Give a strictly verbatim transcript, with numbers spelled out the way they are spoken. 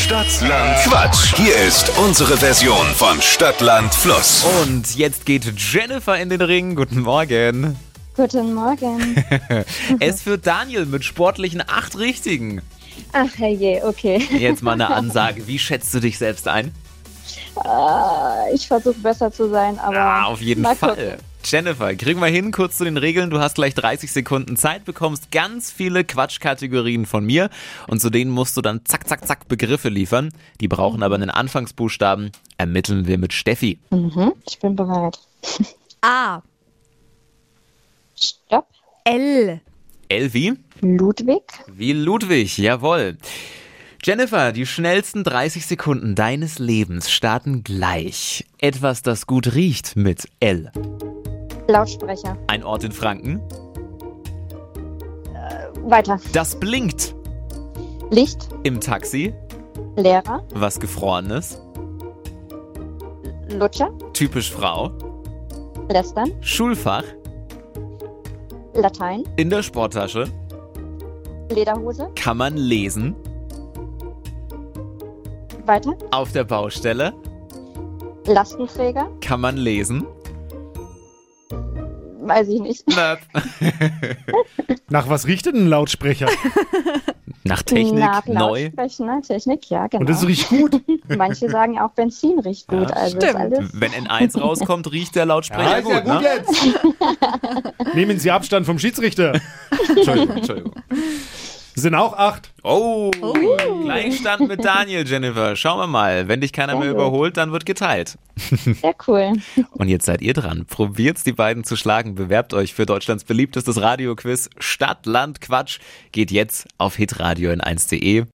Stadtland Quatsch. Hier ist unsere Version von Stadtland Fluss. Und jetzt geht Jennifer in den Ring. Guten Morgen. Guten Morgen. Es führt Daniel mit sportlichen acht Richtigen. Ach herrje, okay. Jetzt mal eine Ansage. Wie schätzt du dich selbst ein? Äh, ich versuche besser zu sein, aber Ah, auf jeden mal Fall. gucken. Jennifer, kriegen wir hin, kurz zu den Regeln. Du hast gleich dreißig Sekunden Zeit, bekommst ganz viele Quatschkategorien von mir und zu denen musst du dann zack, zack, zack Begriffe liefern. Die brauchen aber einen Anfangsbuchstaben. Ermitteln wir mit Steffi. Mhm, ich bin bereit. A. Stopp. L. L wie? Ludwig. Wie Ludwig, jawohl. Jennifer, die schnellsten dreißig Sekunden deines Lebens starten gleich. Etwas, das gut riecht mit L. Lautsprecher. Ein Ort in Franken. Weiter. Das blinkt. Licht. Im Taxi. Lehrer. Was Gefrorenes. Lutscher. Typisch Frau. Lästern. Schulfach. Latein. In der Sporttasche. Lederhose. Kann man lesen. Weiter. Auf der Baustelle. Lastenträger. Kann man lesen. Weiß ich nicht. Nöp. Nach was riecht denn ein Lautsprecher? Nach Technik, Nach neu. Lautsprecher, Technik, ja, genau. Und das riecht gut. Manche sagen auch Benzin riecht gut. Ja, also ist stimmt. alles. Wenn N eins rauskommt, riecht der Lautsprecher ist ja gut, ne? jetzt. Nehmen Sie Abstand vom Schiedsrichter. Entschuldigung, Entschuldigung. Das sind auch acht. Oh, Gleichstand mit Daniel, Jennifer. Schauen wir mal. Wenn dich keiner Sehr mehr gut. überholt, dann wird geteilt. Sehr cool. Und jetzt seid ihr dran. Probiert's, die beiden zu schlagen. Bewerbt euch für Deutschlands beliebtestes Radioquiz Stadt, Land, Quatsch. Geht jetzt auf hitradio n eins punkt de.